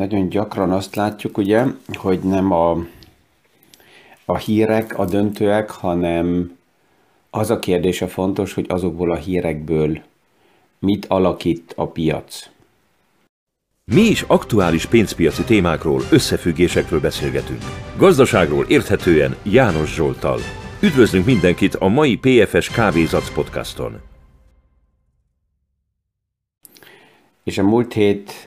nagyon gyakran azt látjuk, ugye, hogy nem a hírek a döntőek, hanem az a kérdés a fontos, hogy azokból a hírekből mit alakít a piac. Mi is aktuális pénzpiaci témákról, összefüggésekről beszélgetünk. Gazdaságról érthetően János Zsolttal. Üdvözlünk mindenkit a mai PFS Kávézac podcaston. És a múlt hét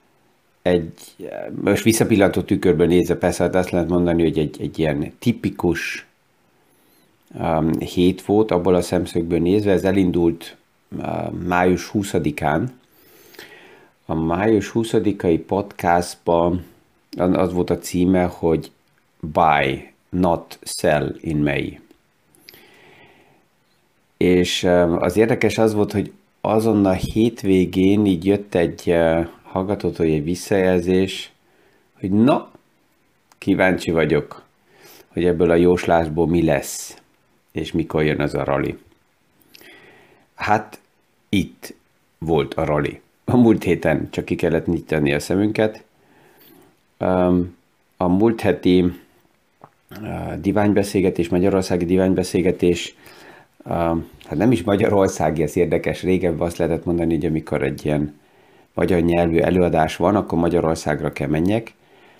most visszapillantó tükörből nézve, persze hát azt lehet mondani, hogy egy ilyen tipikus hét volt, abból a szemszögből nézve. Ez elindult május 20-án. A május 20-ai podcastban az volt a címe, hogy Buy, not sell in May. És az érdekes az volt, hogy azon a hétvégén így jött egy hallgatótól egy visszajelzés, hogy na, kíváncsi vagyok, hogy ebből a jóslásból mi lesz, és mikor jön az a rali. Hát itt volt a rali. A múlt héten csak ki kellett nyitani a szemünket. A múlt heti diványbeszélgetés, magyarországi diványbeszélgetés, hát nem is magyarországi, ez érdekes, régebben azt lehetett mondani, hogy amikor egy ilyen magyar nyelvű előadás van, akkor Magyarországra kell menjek,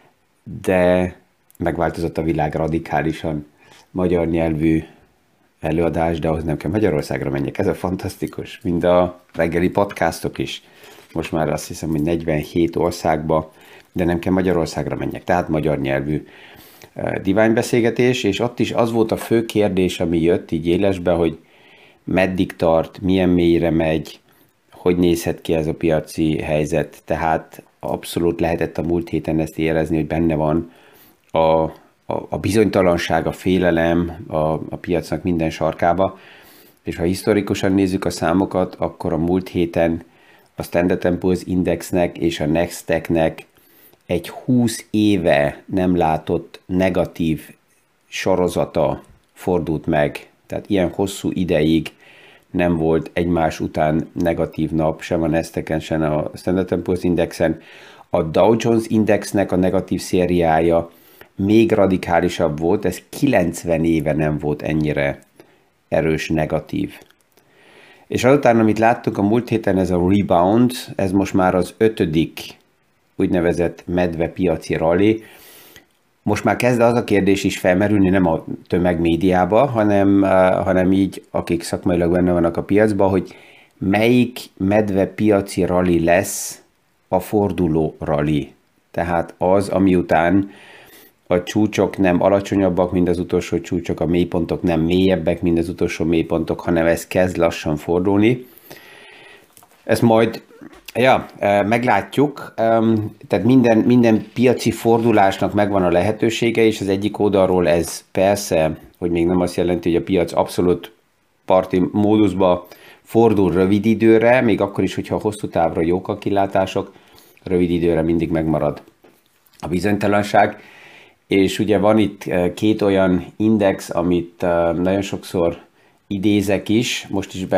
de megváltozott a világ radikálisan, magyar nyelvű előadás, de ahhoz nem kell Magyarországra menjek. Ez a fantasztikus, mind a reggeli podcastok is. Most már azt hiszem, hogy 47 országba, de nem kell Magyarországra menjek. Tehát magyar nyelvű diványbeszélgetés, és ott is az volt a fő kérdés, ami jött így élesbe, hogy meddig tart, milyen mélyre megy, hogy nézhet ki ez a piaci helyzet. Tehát abszolút lehetett a múlt héten ezt érezni, hogy benne van a bizonytalanság, a félelem a piacnak minden sarkába. És ha historikusan nézzük a számokat, akkor a múlt héten a Standard & Poor's Indexnek és a Nasdaqnek egy 20 éve nem látott negatív sorozata fordult meg. Tehát ilyen hosszú ideig nem volt egymás után negatív nap, sem a Nasdaqen, sem a Standard & Poor's Indexen. A Dow Jones Indexnek a negatív szériája még radikálisabb volt, ez 90 éve nem volt ennyire erős negatív. És azután, amit láttuk a múlt héten, ez a rebound, ez most már az 5. úgynevezett medvepiaci rally. Most már kezd az a kérdés is felmerülni, nem a tömegmédiába, hanem így, akik szakmailag benne vannak a piacban, hogy melyik medvepiaci rally lesz a forduló rally. Tehát az, ami után a csúcsok nem alacsonyabbak, mint az utolsó csúcsok, a mélypontok nem mélyebbek, mint az utolsó mélypontok, hanem ez kezd lassan fordulni. Ezt majd meglátjuk, tehát minden piaci fordulásnak megvan a lehetősége, és az egyik oldalról ez persze, hogy még nem azt jelenti, hogy a piac abszolút parti módusba fordul rövid időre, még akkor is, hogyha hosszú távra jók a kilátások, rövid időre mindig megmarad a bizonytalanság. És ugye van itt két olyan index, amit nagyon sokszor idézek is, most is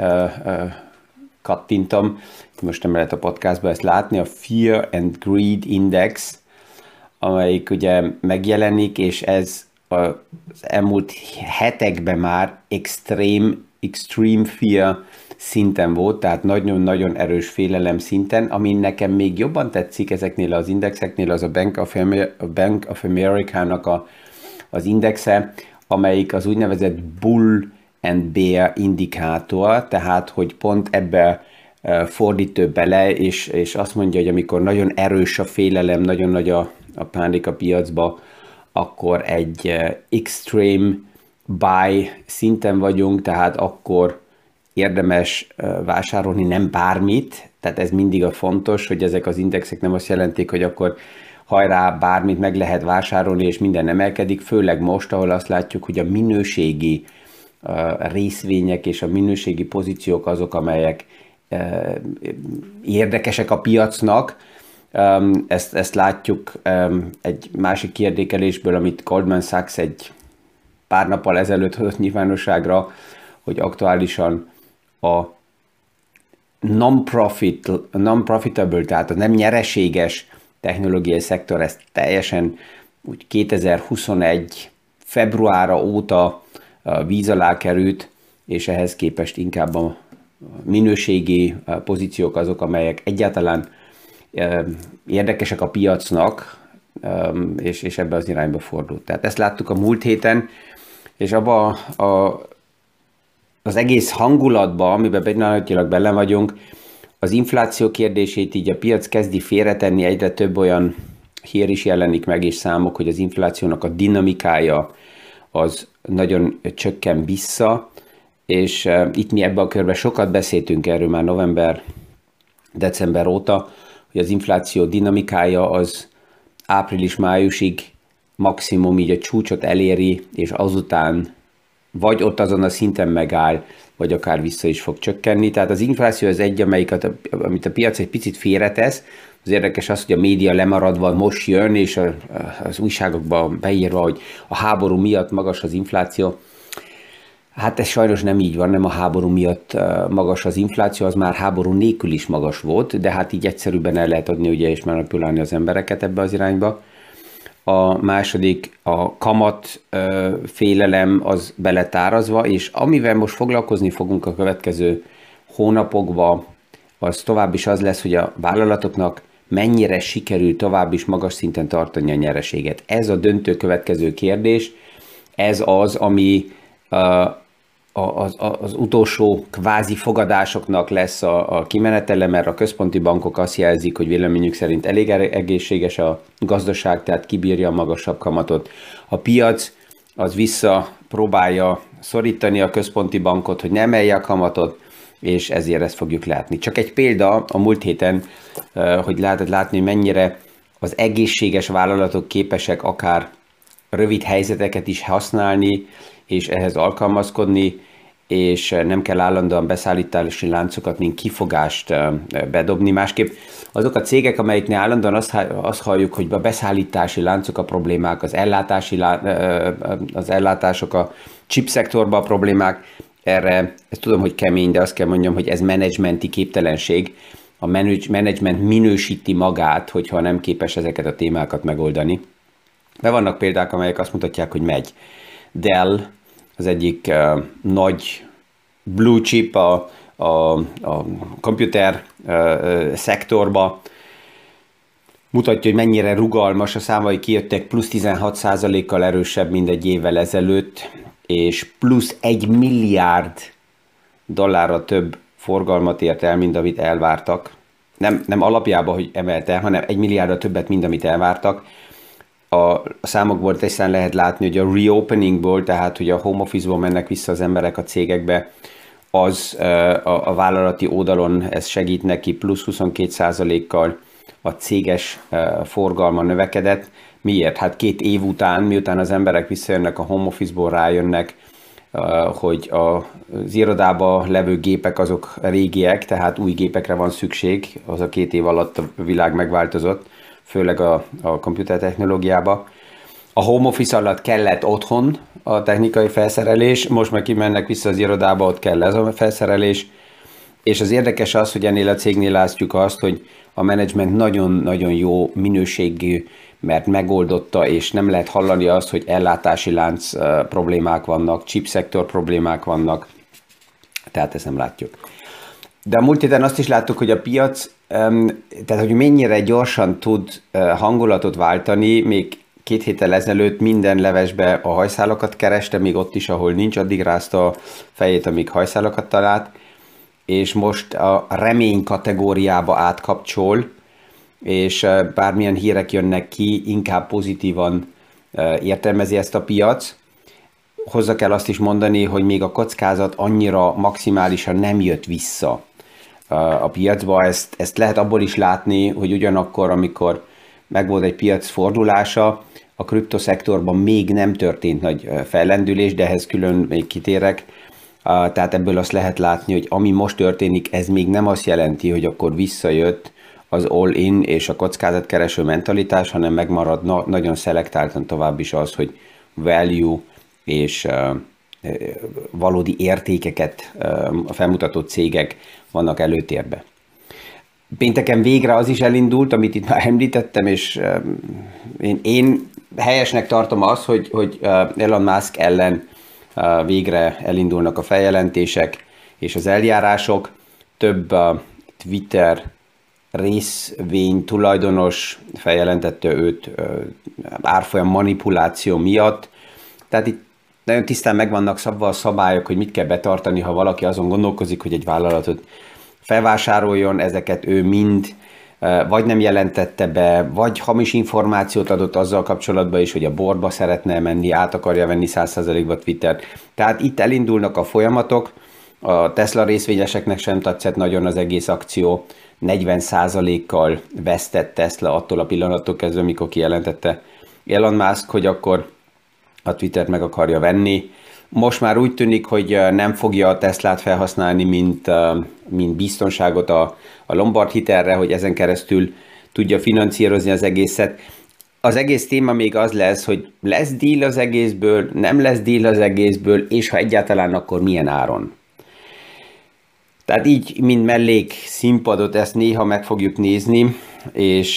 kattintom, most nem lehet a podcastban ezt látni, a Fear and Greed Index, amelyik ugye megjelenik, és ez az elmúlt hetekben már extreme fear szinten volt, tehát nagyon-nagyon erős félelem szinten, ami nekem még jobban tetszik ezeknél az indexeknél, az a Bank of America-nak az indexe, amelyik az úgynevezett Bull and Bear indikátor, tehát hogy pont ebbe fordít ő bele, és azt mondja, hogy amikor nagyon erős a félelem, nagyon nagy a pánik a piacba, akkor egy extreme buy szinten vagyunk, tehát akkor érdemes vásárolni nem bármit, tehát ez mindig a fontos, hogy ezek az indexek nem azt jelentik, hogy akkor hajrá, bármit meg lehet vásárolni, és minden emelkedik, főleg most, ahol azt látjuk, hogy a minőségi részvények és a minőségi pozíciók azok, amelyek érdekesek a piacnak. Ezt látjuk egy másik kiértékelésből, amit Goldman Sachs egy pár nappal ezelőtt hozott nyilvánosságra, hogy aktuálisan a non-profitable, tehát a nem nyereséges technológiai szektor, ez teljesen úgy 2021 februára óta víz alá került, és ehhez képest inkább a minőségi pozíciók azok, amelyek egyáltalán érdekesek a piacnak, és ebbe az irányba fordult. Tehát ezt láttuk a múlt héten, és abban az egész hangulatban, amiben pillanatilag benne vagyunk, az infláció kérdését így a piac kezdi félretenni, egyre több olyan hír is jelenik meg, és számok, hogy az inflációnak a dinamikája az nagyon csökken vissza, és itt mi ebben a körben sokat beszéltünk erről már november-december óta, hogy az infláció dinamikája az április-májusig maximum így a csúcsot eléri, és azután vagy ott azon a szinten megáll, vagy akár vissza is fog csökkenni. Tehát az infláció az egy, amit a piac egy picit félretesz. Az érdekes az, hogy a média lemaradva most jön, és az újságokban beírva, hogy a háború miatt magas az infláció. Hát ez sajnos nem így van, nem a háború miatt magas az infláció, az már háború nélkül is magas volt, de hát így egyszerűbben el lehet adni, ugye, és manipulálni az embereket ebbe az irányba. A második, a kamat félelem az beletárazva, és amivel most foglalkozni fogunk a következő hónapokban, az tovább is az lesz, hogy a vállalatoknak mennyire sikerül tovább is magas szinten tartani a nyereséget. Ez a döntő következő kérdés, ez az, ami az utolsó kvázi fogadásoknak lesz a kimenetele, mert a központi bankok azt jelzik, hogy véleményük szerint elég egészséges a gazdaság, tehát kibírja a magasabb kamatot. A piac az próbálja szorítani a központi bankot, hogy ne emelje a kamatot, és ezért ezt fogjuk látni. Csak egy példa a múlt héten, hogy lehetett látni, hogy mennyire az egészséges vállalatok képesek akár rövid helyzeteket is használni, és ehhez alkalmazkodni, és nem kell állandóan beszállítási láncokat, mint kifogást bedobni. Másképp azok a cégek, amelyiknél állandóan azt halljuk, hogy a beszállítási láncok a problémák, az ellátások a chip szektorban a problémák, erre ezt tudom, hogy kemény, de azt kell mondjam, hogy ez menedzsmenti képtelenség. A menedzsment minősíti magát, hogyha nem képes ezeket a témákat megoldani. De vannak példák, amelyek azt mutatják, hogy megy. Dell az egyik nagy blue chip a komputer szektorba, mutatja, hogy mennyire rugalmas, a számai kijöttek, plusz 16%-kal erősebb, mint egy évvel ezelőtt, és plusz $1 milliárd több forgalmat ért el, mint amit elvártak. Nem alapjában, hogy emelte, hanem $1 milliárdra többet, mint amit elvártak. A számokból teljesen lehet látni, hogy a reopeningból, tehát hogy a home office-ból mennek vissza az emberek a cégekbe, az a vállalati oldalon ez segít neki, plusz 22%-kal a céges forgalma növekedett. Miért? Hát 2 év után, miután az emberek visszajönnek a home office-ból, rájönnek, hogy az irodában levő gépek azok régiek, tehát új gépekre van szükség, az a 2 év alatt a világ megváltozott, főleg a komputertechnológiába. A home office alatt kellett otthon a technikai felszerelés, most meg kimennek vissza az irodába, ott kell ez a felszerelés, és az érdekes az, hogy ennél a cégnél látjuk azt, hogy a menedzsment nagyon-nagyon jó minőségű, mert megoldotta, és nem lehet hallani azt, hogy ellátási lánc problémák vannak, chipszektor problémák vannak, tehát ezt nem látjuk. De a múlt héten azt is láttuk, hogy a piac, tehát hogy mennyire gyorsan tud hangulatot váltani, még 2 héttel ezelőtt minden levesbe a hajszálakat kereste, még ott is, ahol nincs, addig rázta a fejét, amíg hajszálakat talált, és most a remény kategóriába átkapcsol, és bármilyen hírek jönnek ki, inkább pozitívan értelmezi ezt a piac. Hozzá kell azt is mondani, hogy még a kockázat annyira maximálisan nem jött vissza a piacba. Ezt lehet abból is látni, hogy ugyanakkor, amikor megvolt egy piac fordulása, a kriptoszektorban még nem történt nagy fellendülés, de ehhez külön még kitérek. Tehát ebből azt lehet látni, hogy ami most történik, ez még nem azt jelenti, hogy akkor visszajött az all-in és a kockázatkereső mentalitás, hanem megmarad nagyon szelektáltan tovább is az, hogy value és valódi értékeket felmutató cégek vannak előtérbe. Pénteken végre az is elindult, amit itt már említettem, és én helyesnek tartom azt, hogy Elon Musk ellen végre elindulnak a feljelentések és az eljárások. Több Twitter részvény tulajdonos feljelentette őt árfolyam manipuláció miatt. Tehát itt nagyon tisztán megvannak szabva a szabályok, hogy mit kell betartani, ha valaki azon gondolkozik, hogy egy vállalatot felvásároljon, ezeket ő mind vagy nem jelentette be, vagy hamis információt adott azzal kapcsolatban is, hogy a boardba szeretne menni, át akarja venni 100%-ba Twittert. Tehát itt elindulnak a folyamatok, a Tesla részvényeseknek sem tetszett nagyon az egész akció, 40%-kal vesztett Tesla attól a pillanattól kezdve, mikor kijelentette Elon Musk, hogy akkor a Twittert meg akarja venni. Most már úgy tűnik, hogy nem fogja a Teslát felhasználni, mint biztonságot a Lombard hitelre, hogy ezen keresztül tudja finanszírozni az egészet. Az egész téma még az lesz, hogy lesz deal az egészből, nem lesz deal az egészből, és ha egyáltalán, akkor milyen áron. Tehát így, mint mellék színpadot, ezt néha meg fogjuk nézni, és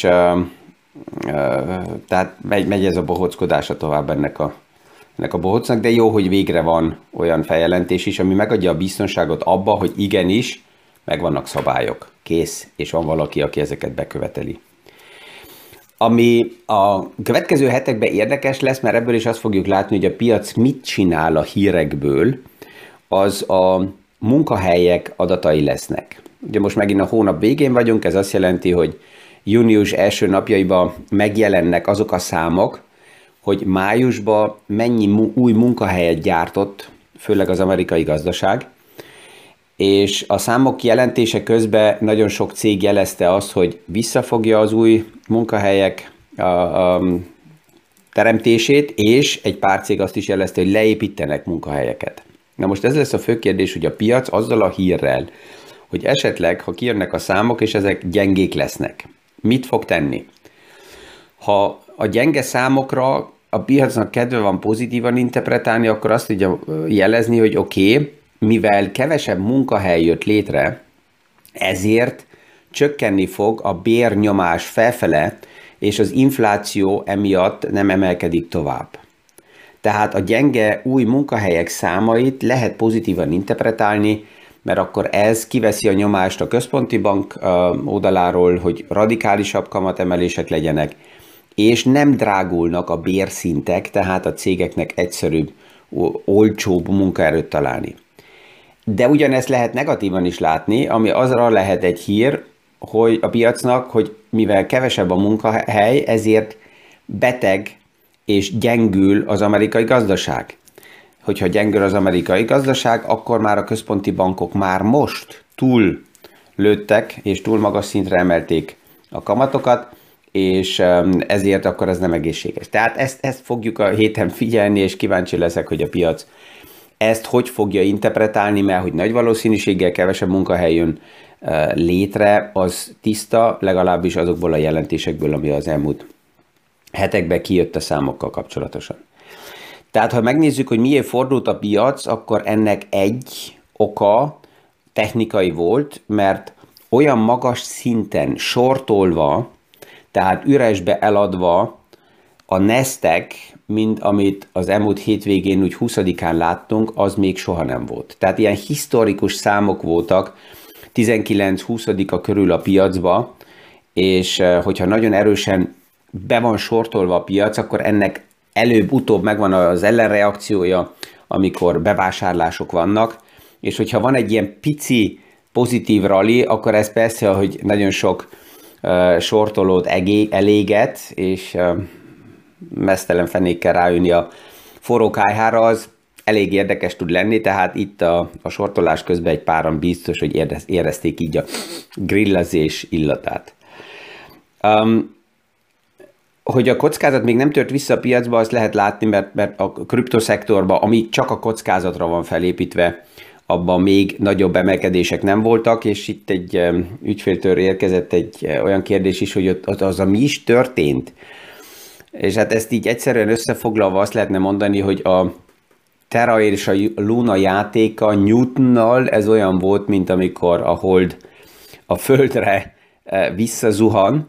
tehát megy ez a bohóckodása tovább ennek a bohócnak, de jó, hogy végre van olyan feljelentés is, ami megadja a biztonságot abba, hogy igenis, megvannak szabályok, kész, és van valaki, aki ezeket beköveteli. Ami a következő hetekben érdekes lesz, mert ebből is azt fogjuk látni, hogy a piac mit csinál a hírekből, az a munkahelyek adatai lesznek. Ugye most megint a hónap végén vagyunk, ez azt jelenti, hogy június első napjaiban megjelennek azok a számok, hogy májusban mennyi új munkahelyet gyártott, főleg az amerikai gazdaság, és a számok jelentése közben nagyon sok cég jelezte azt, hogy visszafogja az új munkahelyek teremtését, és egy pár cég azt is jelezte, hogy leépítenek munkahelyeket. Na most ez lesz a fő kérdés, hogy a piac azzal a hírrel, hogy esetleg, ha kijönnek a számok, és ezek gyengék lesznek, mit fog tenni? Ha a gyenge számokra a piacnak kedve van pozitívan interpretálni, akkor azt tudja jelezni, hogy oké, mivel kevesebb munkahely jött létre, ezért csökkenni fog a bérnyomás felfele, és az infláció emiatt nem emelkedik tovább. Tehát a gyenge új munkahelyek számait lehet pozitívan interpretálni, mert akkor ez kiveszi a nyomást a központi bank oldaláról, hogy radikálisabb kamatemelések legyenek, és nem drágulnak a bérszintek, tehát a cégeknek egyszerűbb, olcsóbb munkaerőt találni. De ugyanezt lehet negatívan is látni, ami azra lehet egy hír, hogy a piacnak, hogy mivel kevesebb a munkahely, ezért beteg és gyengül az amerikai gazdaság. Hogyha gyengül az amerikai gazdaság, akkor már a központi bankok már most túl lőttek, és túl magas szintre emelték a kamatokat, és ezért akkor ez nem egészséges. Tehát ezt fogjuk a héten figyelni, és kíváncsi leszek, hogy a piac ezt hogy fogja interpretálni, mert hogy nagy valószínűséggel kevesebb munkahely jön létre, az tiszta, legalábbis azokból a jelentésekből, ami az elmúlt hetekben kijött a számokkal kapcsolatosan. Tehát, ha megnézzük, hogy miért fordult a piac, akkor ennek egy oka technikai volt, mert olyan magas szinten sortolva, tehát üresbe eladva a Nasdaq, mint amit az elmúlt hétvégén úgy 20-án láttunk, az még soha nem volt. Tehát ilyen historikus számok voltak 19-20-a körül a piacba, és hogyha nagyon erősen be van sortolva a piac, akkor ennek előbb-utóbb megvan az ellenreakciója, amikor bevásárlások vannak, és hogyha van egy ilyen pici pozitív rally, akkor ez persze, hogy nagyon sok sortolót eléget, és meztelen fenékkel rájönni a forró kályhára, az elég érdekes tud lenni, tehát itt a sortolás közben egy páran biztos, hogy érezték így a grillezés illatát. Hogy a kockázat még nem tört vissza a piacba, azt lehet látni, mert a kriptoszektorban, ami csak a kockázatra van felépítve, abban még nagyobb emelkedések nem voltak, és itt egy ügyféltől érkezett egy olyan kérdés is, hogy az mi is történt. És hát ezt így egyszerűen összefoglalva azt lehetne mondani, hogy a Terra és a Luna játéka Newtonnal ez olyan volt, mint amikor a Hold a Földre visszazuhan.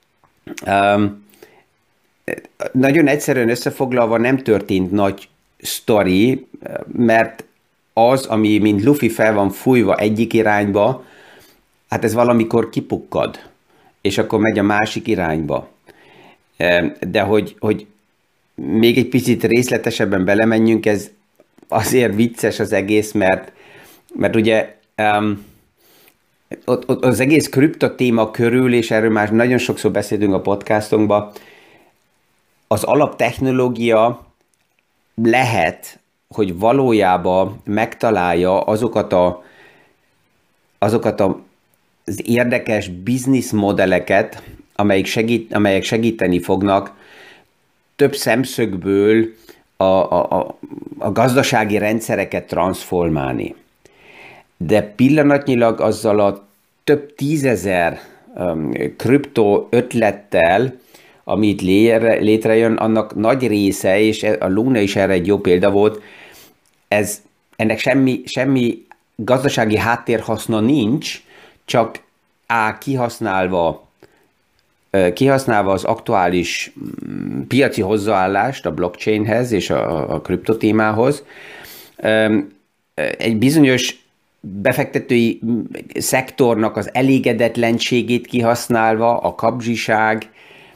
Nagyon egyszerűen összefoglalva nem történt nagy sztori, mert az, ami mint lufi fel van fújva egyik irányba, hát ez valamikor kipukkad, és akkor megy a másik irányba. De hogy még egy picit részletesebben belemenjünk, ez azért vicces az egész, mert ugye ott az egész kriptotéma körül, és erről már nagyon sokszor beszélünk a podcastunkban, az alaptechnológia lehet, hogy valójában megtalálja azokat az érdekes bizniszmodelleket, amelyek segíteni fognak több szemszögből a gazdasági rendszereket transformálni. De pillanatnyilag azzal a több tízezer kripto ötlettel, amit létrejön, annak nagy része, és a Luna is erre egy jó példa volt, ennek semmi gazdasági háttérhaszna nincs, csak kihasználva az aktuális piaci hozzáállást a blockchainhez és a kriptotémához, egy bizonyos befektetői szektornak az elégedetlenségét kihasználva, a kapzsiság,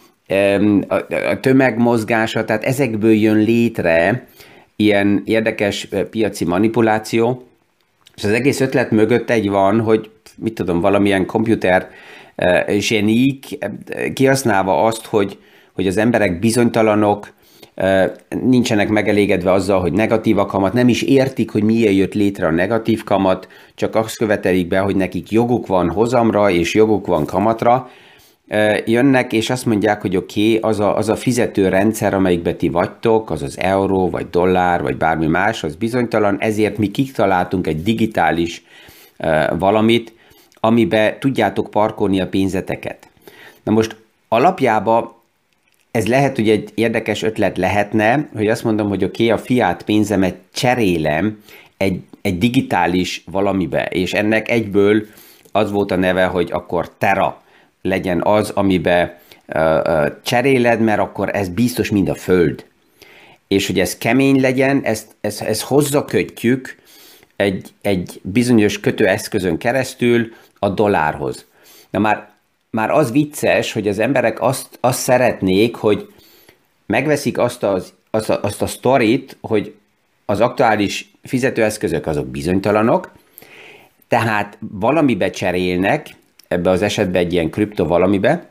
a tömegmozgása, tehát ezekből jön létre ilyen érdekes piaci manipuláció, és az egész ötlet mögött egy van, hogy mit tudom, valamilyen komputer zsenik kihasználva azt, hogy az emberek bizonytalanok, nincsenek megelégedve azzal, hogy negatív a kamat, nem is értik, hogy miért jött létre a negatív kamat, csak azt követelik be, hogy nekik joguk van hozamra, és joguk van kamatra, jönnek, és azt mondják, hogy oké, az a fizetőrendszer, amelyikben ti vagytok, az az euró, vagy dollár, vagy bármi más, az bizonytalan, ezért mi kitaláltunk egy digitális valamit, amiben tudjátok parkolni a pénzeteket. Na most alapjában ez lehet, hogy egy érdekes ötlet lehetne, hogy azt mondom, hogy oké, a fiat pénzemet cserélem egy digitális valamibe, és ennek egyből az volt a neve, hogy akkor Terra legyen az, amiben cseréled, mert akkor ez biztos mind a föld. És hogy ez kemény legyen, ezt hozzakötjük egy bizonyos kötőeszközön keresztül a dollárhoz. Na már az vicces, hogy az emberek azt szeretnék, hogy megveszik azt a sztorit, hogy az aktuális fizetőeszközök azok bizonytalanok, tehát valamibe cserélnek, ebbe az esetben egy ilyen kripto valamibe,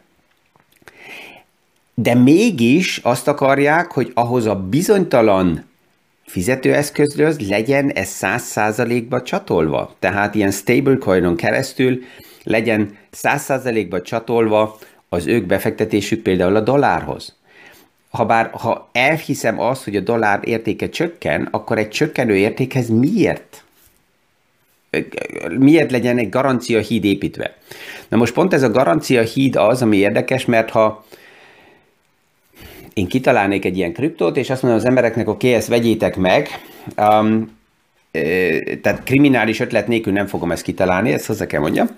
de mégis azt akarják, hogy ahhoz a bizonytalan fizetőeszközhöz legyen ez 100%-ba csatolva. Tehát ilyen stablecoinon keresztül legyen 100%-ba csatolva az ők befektetésük például a dollárhoz. Ha elhiszem azt, hogy a dollár értéke csökken, akkor egy csökkenő értékhez miért legyen egy garancia híd építve? Na most pont ez a garancia híd az, ami érdekes, mert ha én kitalálnék egy ilyen kriptót, és azt mondom az embereknek, oké, ezt vegyétek meg, tehát kriminális ötlet nélkül nem fogom ezt kitalálni, ezt hozzá kell mondjam.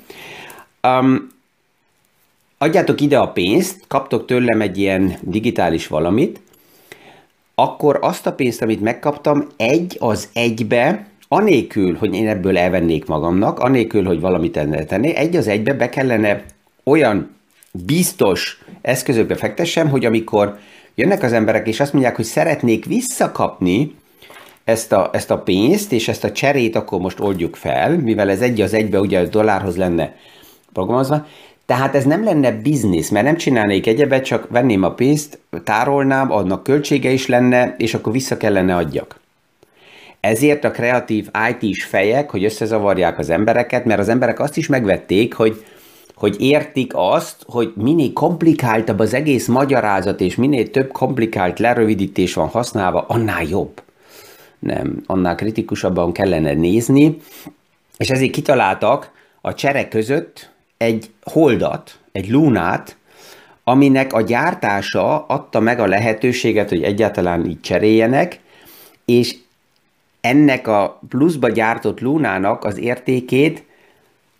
Adjátok ide a pénzt, kaptok tőlem egy ilyen digitális valamit, akkor azt a pénzt, amit megkaptam, egy az egybe, anélkül, hogy én ebből elvennék magamnak, anélkül, hogy valamit tenné, egy az egybe be kellene olyan biztos eszközökbe fektessem, hogy jönnek az emberek, és azt mondják, hogy szeretnék visszakapni ezt a pénzt, és ezt a cserét akkor most oldjuk fel, mivel ez egy az egybe ugye a dollárhoz lenne programozva. Tehát ez nem lenne biznisz, mert nem csinálnék egyebet, csak venném a pénzt, tárolnám, annak költsége is lenne, és akkor vissza kellene adjak. Ezért a kreatív IT-s fejek, hogy összezavarják az embereket, mert az emberek azt is megvették, hogy értik azt, hogy minél komplikáltabb az egész magyarázat, és minél több komplikált lerövidítés van használva, annál jobb. Nem, annál kritikusabban kellene nézni, és ezért kitaláltak a csere között egy holdat, egy lunát, aminek a gyártása adta meg a lehetőséget, hogy egyáltalán így cseréljenek, és ennek a pluszba gyártott lunának az értékét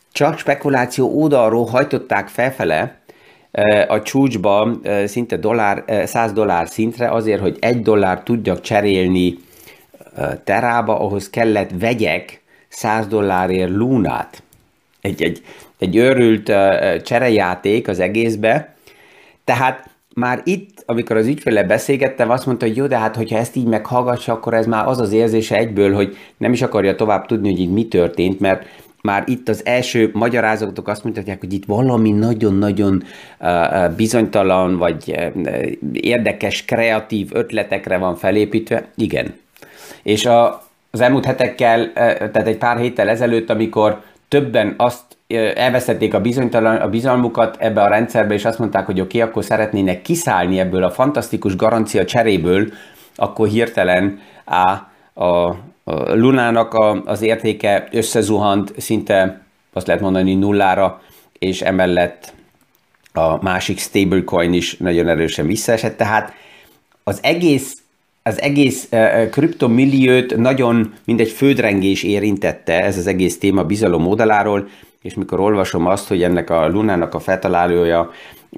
csak spekuláció oldalról hajtották felfele a csúcsba szinte $100 szintre azért, hogy $1 tudjak cserélni terába, ahhoz kellett vegyek $100 Lunát. Egy őrült cserejáték az egészbe. Tehát már itt, amikor az ügyféllel beszélgettem, azt mondta, hogy jó, de hát hogyha ezt így meghallgatja, akkor ez már az az érzése egyből, hogy nem is akarja tovább tudni, hogy itt mi történt, mert már itt az első magyarázatok azt mutatják, hogy itt valami nagyon-nagyon bizonytalan, vagy érdekes, kreatív ötletekre van felépítve. Igen. És az elmúlt hetekkel, tehát egy pár héttel ezelőtt, amikor többen azt elvesztették a bizalmukat ebbe a rendszerbe, és azt mondták, hogy oké, akkor szeretnének kiszállni ebből a fantasztikus garancia cseréből, akkor hirtelen a Lunának az értéke összezuhant szinte, azt lehet mondani, nullára, és emellett a másik stablecoin is nagyon erősen visszaesett. Tehát az egész kriptomilliót nagyon mindegy földrengés érintette, ez az egész téma bizalom oldaláról, és mikor olvasom azt, hogy ennek a Lunának a feltalálója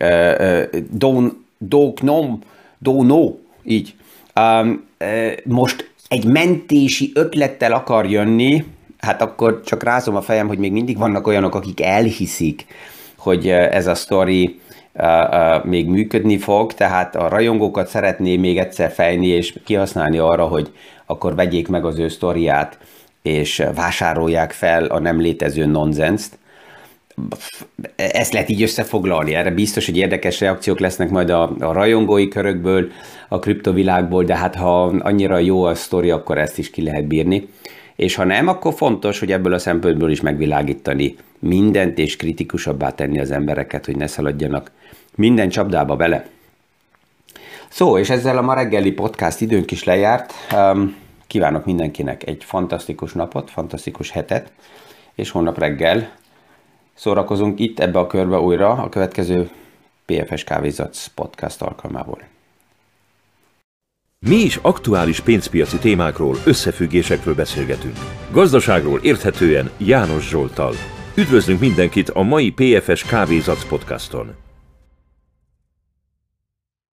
Dono, így, most egy mentési ötlettel akar jönni, hát akkor csak rázom a fejem, hogy még mindig vannak olyanok, akik elhiszik, hogy ez a sztori még működni fog, tehát a rajongókat szeretné még egyszer fejni és kihasználni arra, hogy akkor vegyék meg az ő sztoriát, és vásárolják fel a nem létező nonsenszt. Ezt lehet így összefoglalni, erre biztos, hogy érdekes reakciók lesznek majd a rajongói körökből, a kriptovilágból, de hát ha annyira jó a sztori, akkor ezt is ki lehet bírni. És ha nem, akkor fontos, hogy ebből a szempontból is megvilágítani mindent, és kritikusabbá tenni az embereket, hogy ne szaladjanak minden csapdába bele. És ezzel a ma reggeli podcast időnk is lejárt. Kívánok mindenkinek egy fantasztikus napot, fantasztikus hetet, és holnap reggel szórakozunk itt ebbe a körbe újra a következő PFS Kávézac podcast alkalmából. Mi is aktuális pénzpiaci témákról, összefüggésekről beszélgetünk. Gazdaságról érthetően János Zsolttal. Üdvözlünk mindenkit a mai PFS Kávézac podcaston!